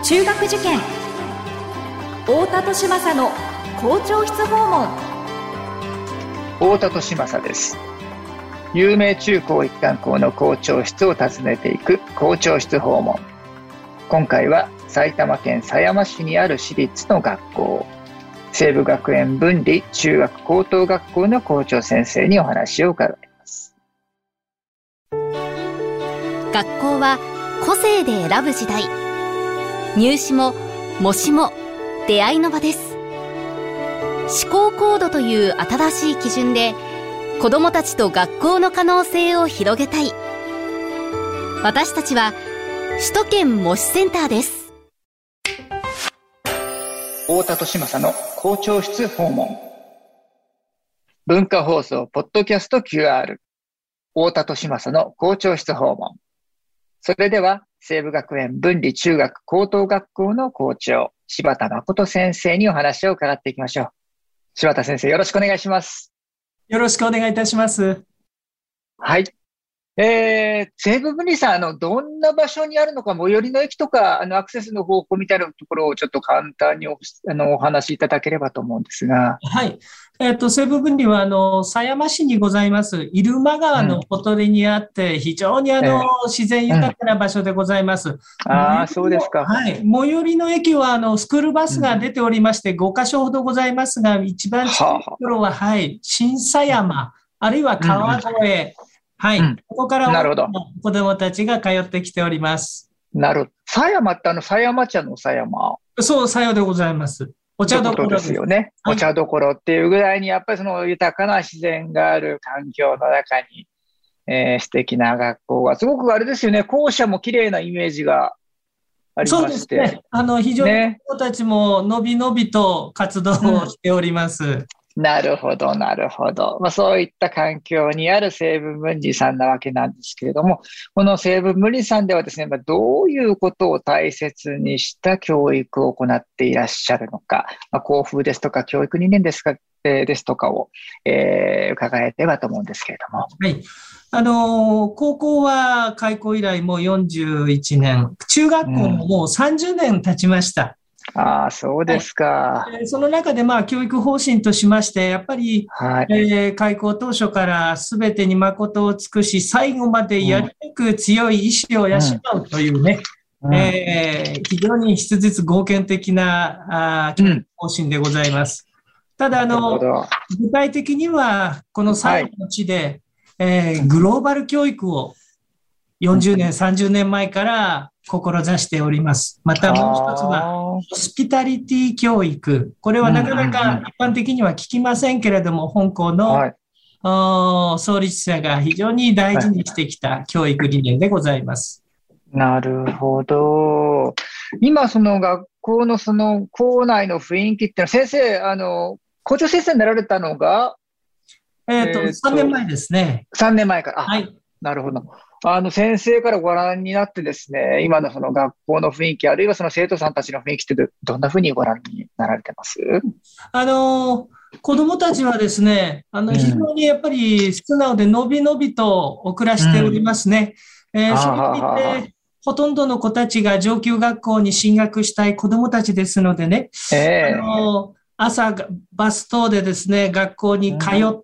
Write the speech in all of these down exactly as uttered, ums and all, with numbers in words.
中学受験、太田利政の校長室訪問。 太田利政です。有名中高一貫校の校長室を訪ねていく校長室訪問。今回は埼玉県狭山市にある私立の学校、西武学園文理中学高等学校の校長先生にお話を伺います。 学校は個性で選ぶ時代。入試も模試も出会いの場です。思考コードという新しい基準で子どもたちと学校の可能性を広げたい。私たちは首都圏模試センターです。 太田利政の校長室訪問。文化放送ポッドキャスト キューアール 太田利政の校長室訪問。それでは西武学園文理中学高等学校の校長柴田誠先生にお話を伺っていきましょう。柴田先生、よろしくお願いします。 よろしくお願いいたします。はい。 えー、西武文理さん、あの、どんな場所にあるのか、最寄りの駅とか、あの、アクセスの方法みたいなところをちょっと簡単にお、あの、お話しいただければと思うんですが。 はい。えっと、西武文理は、あの、狭山市にございます、入間川のほとりにあって、うん、非常にあの、えー、自然豊かな場所でございます。うん、 ああ、そうですか。 はい。最寄りの駅は、あの、スクールバスが出ておりまして、ごカ所ほどございますが、一番近いところは、はあ、はい、新狭山、あるいは川越、うんはい、うん。ここから子供たちが通ってきております。 なるほど。狭山ってあの狭山茶の狭山。 そう、さようでございます。お茶どころですよね。はい、お茶どころっていうぐらいに、やっぱりその豊かな自然がある環境の中に、えー、素敵な学校が、すごくあれですよね、校舎も綺麗なイメージがありまして。そうですね。 あの、非常に子供たちものびのびと活動をしております。うんなるほど、なるほど。まあ、そういった環境にある西武文理さんなわけなんですけれども、この西武文理さんではですね、まあ、どういうことを大切にした教育を行っていらっしゃるのか、まあ、校風ですとか教育理念ですか、えー、ですとかを、えー、伺えればと思うんですけれども。 はい。あのー、高校は開校以来もうよんじゅういちねん、中学校ももうさんじゅうねん経ちました。うんああ、そうですか。 はい、その中で、まあ、教育方針としまして、やっぱり、はいえー、開校当初からすべてに誠を尽くし、最後までやり抜く強い意志を養うというね、うんえー、非常に質実剛健的なあ教育方針でございます。うん、ただ、あの、具体的には、この最後の地で、はいえー、グローバル教育をよんじゅうねん、さんじゅうねんまえから志しております。またもう一つは、ホスピタリティ教育。これはなかなか一般的には聞きませんけれども、本校の、はい、創立者が非常に大事にしてきた教育理念でございます。 なるほど。今、その学校のその校内の雰囲気ってのは、先生、あの、校長先生になられたのが、 えっと、えー、さんねんまえですね。 さんねんまえから。はい。なるほど。あの、先生からご覧になってですね、今のその学校の雰囲気、あるいはその生徒さんたちの雰囲気ってど、どんなふうにご覧になられてます？ あの、子供たちはですね、あの、非常にやっぱり素直でのびのびと送らしておりますね。うん、えー、それによって、ほとんどの子たちが上級学校に進学したい子供たちですのでね、えー、あの朝バス等でですね、学校に通って、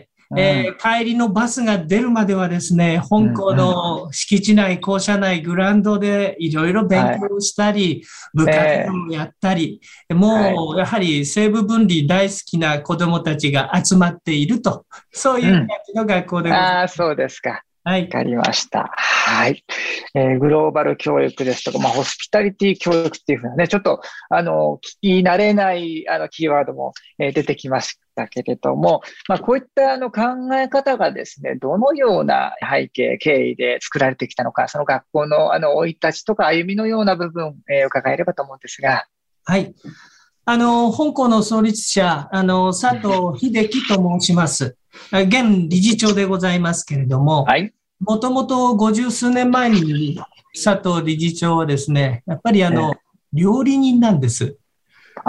うんえー、帰りのバスが出るまではですね、本校の敷地内、校舎内、グラウンドでいろいろ勉強したり、はい、部活動をやったり、えー、もうやはり西武文理大好きな子どもたちが集まっていると、そういう感じの学校でございます。 うん、ああ、そうですか。 はい。 わかりました。はい。えー、グローバル教育ですとか、まあ、ホスピタリティ教育っていうふうなね、ちょっと、あの、聞き慣れない、あの、キーワードも、えー、出てきましたけれども、まあ、こういった、あの、考え方がですね、どのような背景、経緯で作られてきたのか、その学校の、あの、生い立ちとか歩みのような部分、えー、伺えればと思うんですが。 はい。あの、本校の創立者、あの、佐藤秀樹と申します。現理事長でございますけれども、はい。もともとごじゅうすうねんまえに佐藤理事長はですね、やっぱりあの、えー、料理人なんです。 あ、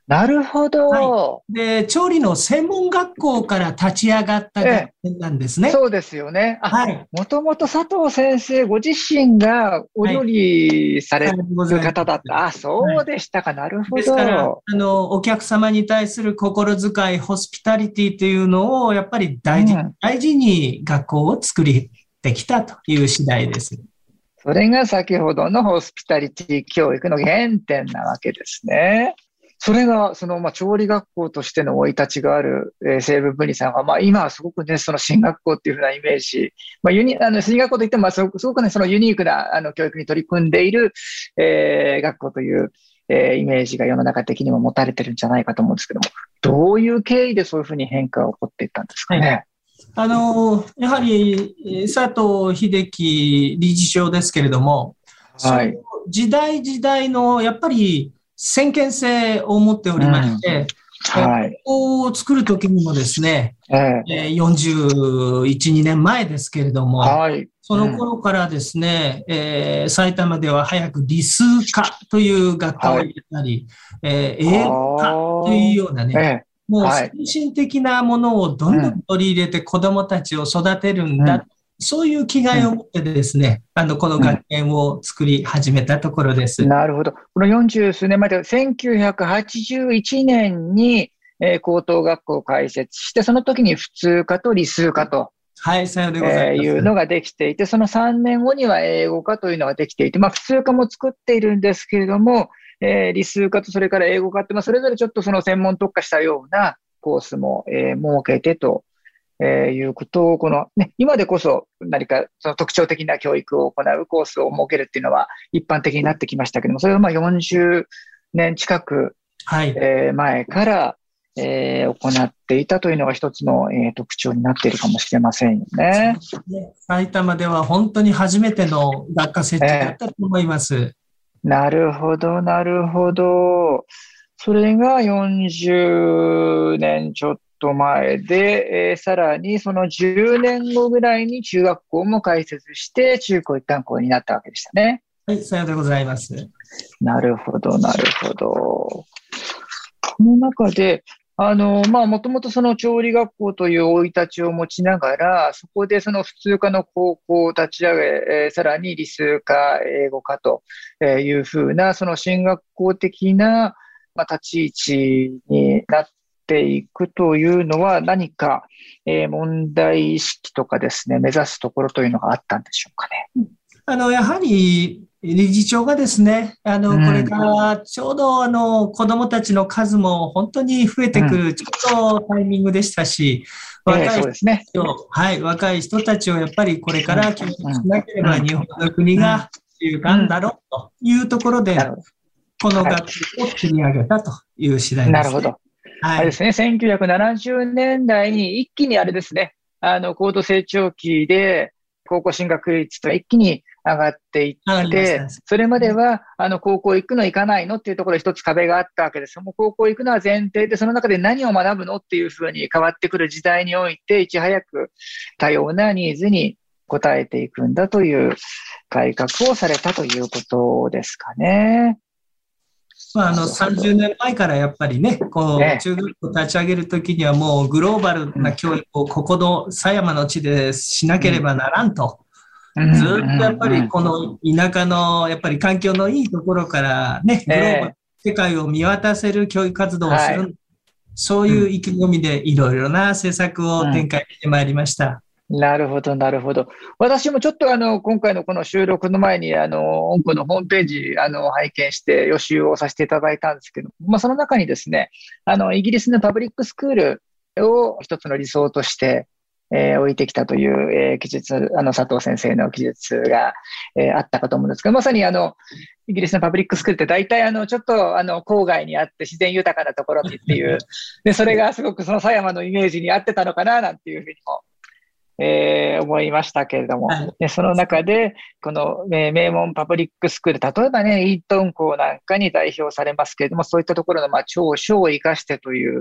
なるほど、 はい。で、調理の専門学校から立ち上がった学園なんですね。 ええ、そうですよね。 はい。 もともと佐藤先生ご自身がお料理される方だった。はい、あ、そうでしたか。なるほど。 ですから、あの、お客様に対する心遣い、ホスピタリティというのを、やっぱり大事、うん、大事に学校を作ってきたという次第です。 それが先ほどのホスピタリティ教育の原点なわけですね。それが、その、まあ、調理学校としての生い立ちがある、えー、西武分離さんが、まあ、今はすごくね、その進学校っていうふうなイメージ、まあ、ユニ、あの、進学校といっても、まあ、すごく、すごくね、そのユニークな、あの、教育に取り組んでいる、えー、学校という、えー、イメージが世の中的にも持たれてるんじゃないかと思うんですけども、どういう経緯でそういうふうに変化が起こっていったんですかね。はい、 あの、やはり、佐藤秀樹理事長ですけれども、はい、その時代時代の、やっぱり、先見性を持っておりまして、うん、はい、ここを作るときにもですね、えー、よんじゅういち、にねんまえですけれども、はい、その頃からですね、うん、えー、埼玉では早く理数科という学科を入れたり、はい、えー、英語科というようなね、えー、もう精神的なものをどんどん取り入れて子どもたちを育てるんだ、うん、そういう気概を持ってですね、うん、あの、この学園を作り始めたところです。 うん、なるほど。このよんじゅうすうねんまえで、せんきゅうひゃくはちじゅういちねんに、えー、高等学校を開設して、その時に普通科と理数科と、 はい、さようでございます。 えー、いうのができていて、そのさんねんごには英語科というのができていて、まあ普通科も作っているんですけれども、えー、理数科とそれから英語科って、まあそれぞれちょっとその専門特化したようなコースも、えー、設けてと、えー、いうことを、このね、今でこそ何かその特徴的な教育を行うコースを設けるっていうのは一般的になってきましたけども、それをまあよんじゅうねん近く、はい、えー、前から、えー、行っていたというのが一つの、えー、特徴になっているかもしれませんよね。 ね、埼玉では本当に初めての学科設置だったと思います。えー、 なるほど、なるほど。それがよんじゅうねんちょっと前で、えー、さらにそのじゅうねんごぐらいに中学校も開設して中高一貫校になったわけでしたね。 はい、さようでございます。 なるほど、なるほど。この中で、あの、まあ、もともとその調理学校という生い立ちを持ちながら、そこでその普通科の高校を立ち上げ、えー、さらに理数科、英語科というふうな、その進学校的な、まあ、立ち位置になっていくというのは何か、えー、問題意識とかですね、目指すところというのがあったんでしょうかね。 あの、やはり、理事長がですね、あの、これからちょうどあの、子供たちの数も本当に増えてくる、ちょっとタイミングでしたし、若い人たちを、はい、若い人たちをやっぱりこれから教育しなければ日本の国が勇敢だろうというところで、この学校を作り上げたという次第です、ね。 なるほど。はい。あれですね、せんきゅうひゃくななじゅうねんだいに一気にあれですね、あの、高度成長期で高校進学率と一気に上がっていって、それまでは、あの、高校行くの行かないのっていうところで一つ壁があったわけです。もう高校行くのは前提で、その中で何を学ぶのっていうふうに変わってくる時代において、いち早く多様なニーズに応えていくんだという改革をされたということですかね。 まあ、あの、さんじゅうねんまえからやっぱりね、こう、中学校立ち上げるときにはもうグローバルな教育をここの狭山の地でしなければならんと。ずっとやっぱりこの田舎のやっぱり環境のいいところからね、グローバル、世界を見渡せる教育活動をする、はい、そういう意気込みでいろいろな政策を展開してまいりました。 うん、なるほど、なるほど。私もちょっとあの、今回のこの収録の前にあの、音符のホームページあの、拝見して予習をさせていただいたんですけど、まあその中にですね、あの、イギリスのパブリックスクールを一つの理想として、えー、置いてきたという、えー、記述、あの、佐藤先生の記述が、えー、あったかと思うんですが、まさにあの、イギリスのパブリックスクールって大体あの、ちょっとあの、郊外にあって自然豊かなところにっていう、で、それがすごくその狭山のイメージに合ってたのかな、なんていうふうにも、えー、思いましたけれども、はい、でその中で、この、えー、名門パブリックスクール、例えばね、イートン校なんかに代表されますけれども、そういったところの、まあ、長所を生かしてという、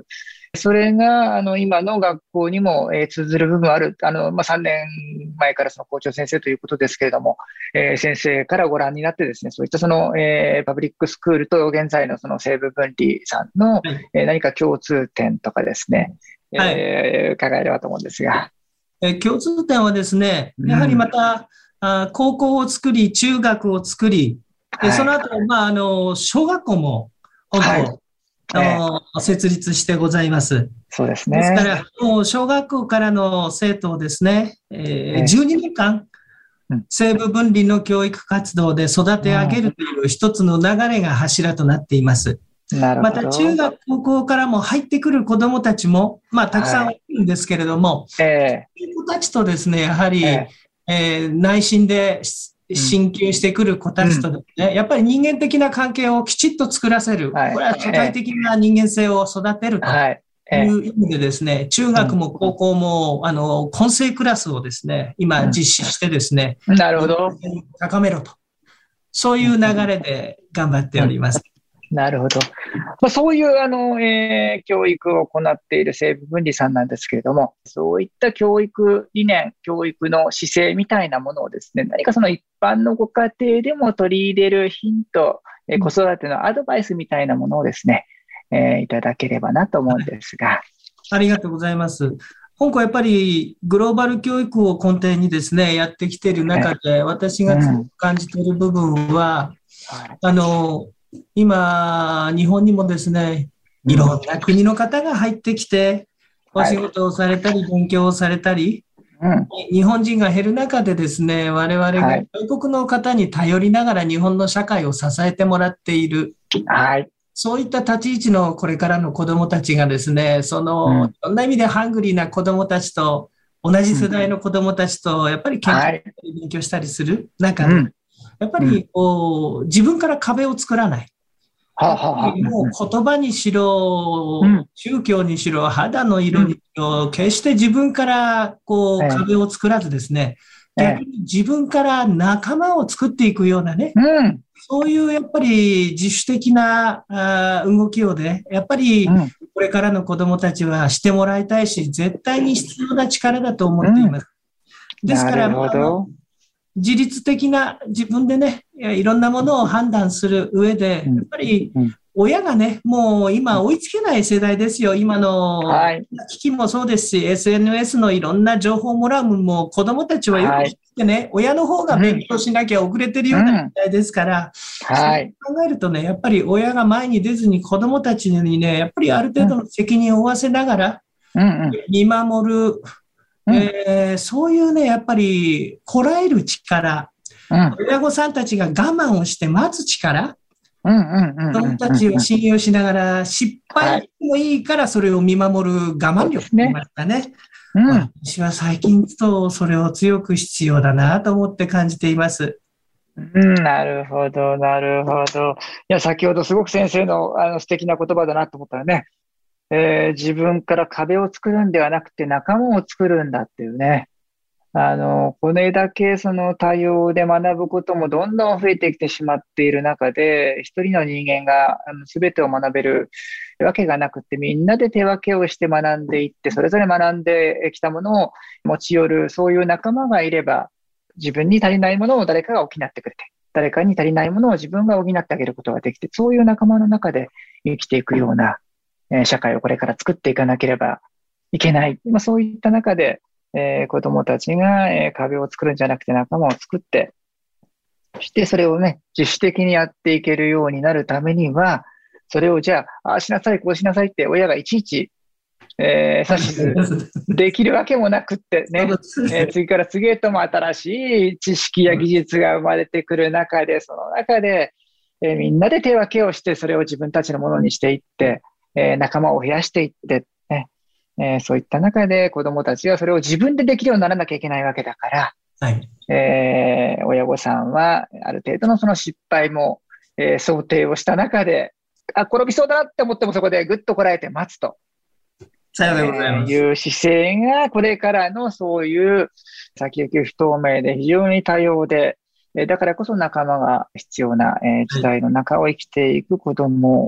それが、あの、今の学校にも、えー通ずる部分ある。あの、まあ、さんねんまえからその校長先生ということですけれども、えー先生からご覧になってですね、そういったその、えーパブリックスクールと現在のその西部分離さんの、 はい。 えー何か共通点とかですね、 はい。 えー伺えればと思うんですが。 えー共通点はですね、 うやはりまん。 た、あ、高校を作り、中学を作り、で、そはい。 の後、まあ、あの、小学校も多はい。 く、あえーの、設立してございます。 そうですね。 ですから、もう小学校からの生徒をですね、えー、 えじゅうにねんかん、 ーうん。 西部分離の教育活動で育て上げるという一つの流れが柱となっています。 うん。なるまた、中ほど。 学、高校からも入ってくる子どもたちも、まあ、たくさんいはい。 るんですけれども、 え子たちとですね、やはー、 り、 ええー内心でー、うん。 親近してくる子たちとうん。 ですね、やっぱり人間的な関係をきちっと作らせる。 はい。 これは社会え的な人間性を育てるー、 とはい。 いえう意味でですね、中ー、うん。 学も高校も、あの、混成クラスをですね、今う実施してですね、 ん。なるほ人ど。 間性を高めろと。そういう流うん。 れで頑張ってうん。 おります。 なるほど。まあ、そういう、あの、えー教育を行っている西部分離さんなんですけれども、そういった教育理念、教育の姿勢みたいなものをですね、何かその一般のご家庭でも取り入れるヒント、えー子育てのアドバイスみたいなものをですね、えーいただければなと思うんですが。 ありがとうございます。香港やっぱりグローバル教育を根底にですね、やってきている中えで、私うが強くん。 感じている部分は、 はい。 あの、今、日本にもですね、いろうん。 んな国の方が入ってきて、お仕はい。 事をされたり、勉強をされたり、 うん。 日本人が減る中でですね、我々がはい。 外国の方に頼りながら日本の社会を支えてもらっている。 はい。 そういった立ち位置のこれからの子どもたちがですね、その、いうん。 ろんな意味でハングリーな子どもたちと、同じ世うん。 代の子どもたちと、やっぱり研究しはい。 たり勉強したりする中で、 うん。 やっぱうん。 りこう自分から壁を作らない。 はあ、 やっぱはあ、はあ。 りもう言葉にしろ、 うん。 宗教にしろ、肌のうん。 色にしろ、決して自分からこうえ壁を作らずですね、 え、ええ。 逆に自分から仲間を作っていくようなね、 うん。 そういうやっぱり自主的なあー動きをね、やっぱりうん。 これからの子どもたちはしてもらいたいし、絶対に必要な力だと思うん。 っています。ですから、 なるまあ、あのほど。 自律的な自分でね、いやいろんなものを判断する上で、やっうん。 ぱりうん。 親がね、もう今追いつけない世代ですよ。今のはい。 機器もそうですし、エスエヌエス のいろんな情報をもらうのも子供たちはよく知っはい。 てね、親の方がうん。 勉強しなきゃ遅れてるような時うん。 代ですから、そうはい。 考えるとね、やっぱり親が前に出ずに子供たちにね、やっぱりある程度うん。 の責任を負わせながらうん。 見守る、 うん。 えーそういうね、やっぱりこらえる力、 うん。 親御さんたちが我慢をして待つ力、 うん。うん。うん。 子供たうん。うん。 ちを信用しながら、失敗はい。 してもいいからそれを見守る我そう慢力と言いですね。 ますかね。 うん。 私は最近とそれを強く必要だなと思って感じています。 うん。なるほど、なるほど。いや、先ほどすごく先生の、あの素敵な言葉だなと思ったらね、えー自分から壁を作るんではなくて仲間を作るんだっていうね。あの、これだけその多様で学ぶこともどんどん増えてきてしまっている中で、一人の人間があの全てを学べるわけがなくて、みんなで手分けをして学んでいって、それぞれ学んできたものを持ち寄る、そういう仲間がいれば、自分に足りないものを誰かが補ってくれて、誰かに足りないものを自分が補ってあげることができて、そういう仲間の中で生きていくような、えー社会をこれから作っていかなければいけない。まあ、そういった中で、えー子供たちが、えー壁を作るんじゃなくて仲間を作って、そしてそれをね、自主的にやっていけるようになるためには、それをじゃあ、ああしなさい、こうしなさいって親がいちいち、えー指図できるわけもなくってね、えー次から次へとも新しい知識や技術が生まれてくる中で、その中で、えーみんなで手分けをして、それを自分たちのものにしていって、えー仲間を増やしていって、ね、えーそういった中で子供たちはそれを自分でできるようにならなきゃいけないわけだから、 はい。 えー親御さんはある程度のその失敗も、えー想定をした中で、あ、転びそうだなって思ってもそこでぐっとこらえて待つと、 さようでございえーます。 いう姿勢がこれからのそういう先行き不透明で非常に多様で、えーだからこそ仲間が必要な、えー時はい。 代の中を生きていく子供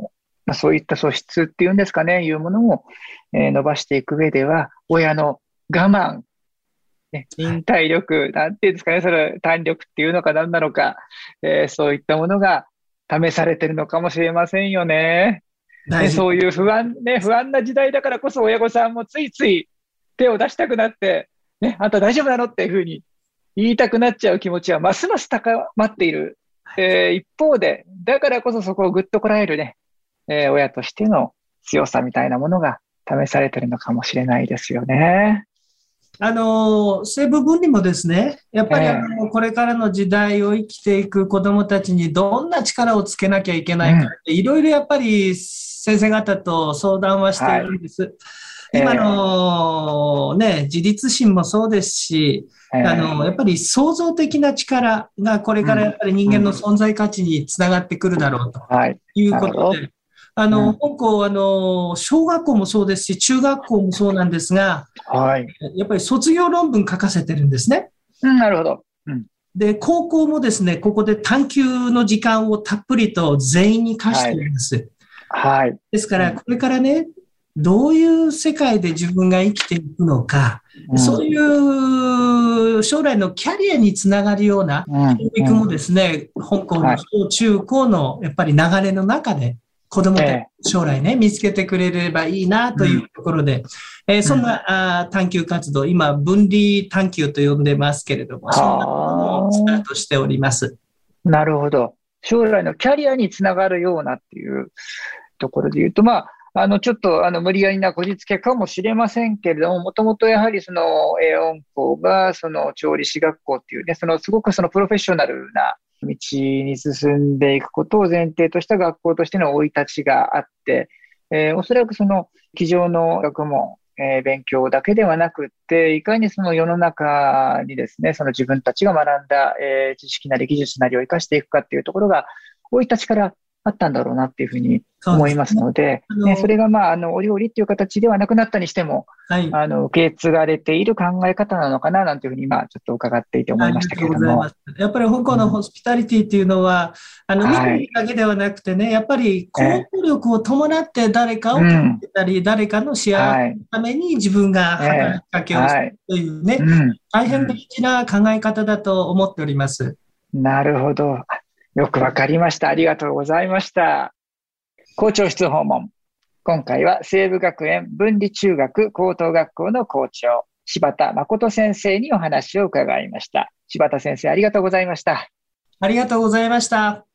そういった素質っていうんですかね、いうものを、えー伸ばしていく上では、親の我慢、ね、忍耐力、なんていうんですかね、それ、胆力っていうのか何なのか、えーそういったものが試されてるのかもしれませんよね。ね、そういう不安、ね、不安な時代だからこそ親御さんもついつい手を出したくなって、ね、あんた大丈夫なのっていうふうに言いたくなっちゃう気持ちはますます高まっている。えー一方で、だからこそそこをぐっとこらえるね、えー親としての強さみたいなものが試されてるのかもしれないですよね。 あの、西部分離もですね、やっぱりあえの、これからの時代を生きていく子どもたちにどんな力をつけなきゃいけないかって、いろいろやっぱり先生方と相談はしているんです。今のね、自立心もそうですし、あの、やっぱり創造的な力がこれからやっぱり人間の存在価値につながってくるだろうということで、あの、本校、あの、小学校もそうですし、中学校もそうなんですが、 はい。 やっぱり卒業論文書かせてるんですね。 うん、なるほど。うん、 で、高校もですね、ここで探究の時間をたっぷりと全員に課しているんです。 はい。はい、 ですから、これからね、どういう世界で自分が生きていくのか、うん、そういう将来のキャリアにつながるような教育もですね、うんうん、香港の小中高のやっぱり流れの中で、子供たち将来ね、見つけてくれればいいなというところで、うんえー、そんな、うん、あ探究活動、今、分離探究と呼んでますけれども、そんなものをスタートしております。 なるほど。将来のキャリアにつながるようなっていうところで言うと、まあ、あの、ちょっと、あの、無理やりなこじつけかもしれませんけれども、もともとやはりその、えー、音校が、その、調理師学校っていうね、その、すごくそのプロフェッショナルな道に進んでいくことを前提とした学校としての生い立ちがあって、えー、おそらくその、机上の学問、えー、勉強だけではなくって、いかにその世の中にですね、その自分たちが学んだ、えー、知識なり技術なりを生かしていくかっていうところが、生い立ちからあったんだろうなっていうふうに思いますので、そ, で、ね、それがまあ、あの、お料理っていう形ではなくなったにしても、はい、あの、受け継がれている考え方なのかな、なんていうふうに今、ちょっと伺っていて思いましたけれども。 やっぱり香港のホスピタリティっていうのは、うん、あの、見てみるだけではなくてね、やっぱり行動力を伴って誰かを助けたり、うん、誰かの幸せのために自分が働きかけをするというね、えーはいうん、大変大事な考え方だと思っております。 なるほど。よくわかりました。ありがとうございました。校長室訪問。今回は西部学園分離中学高等学校の校長、柴田誠先生にお話を伺いました。柴田先生、ありがとうございました。 ありがとうございました。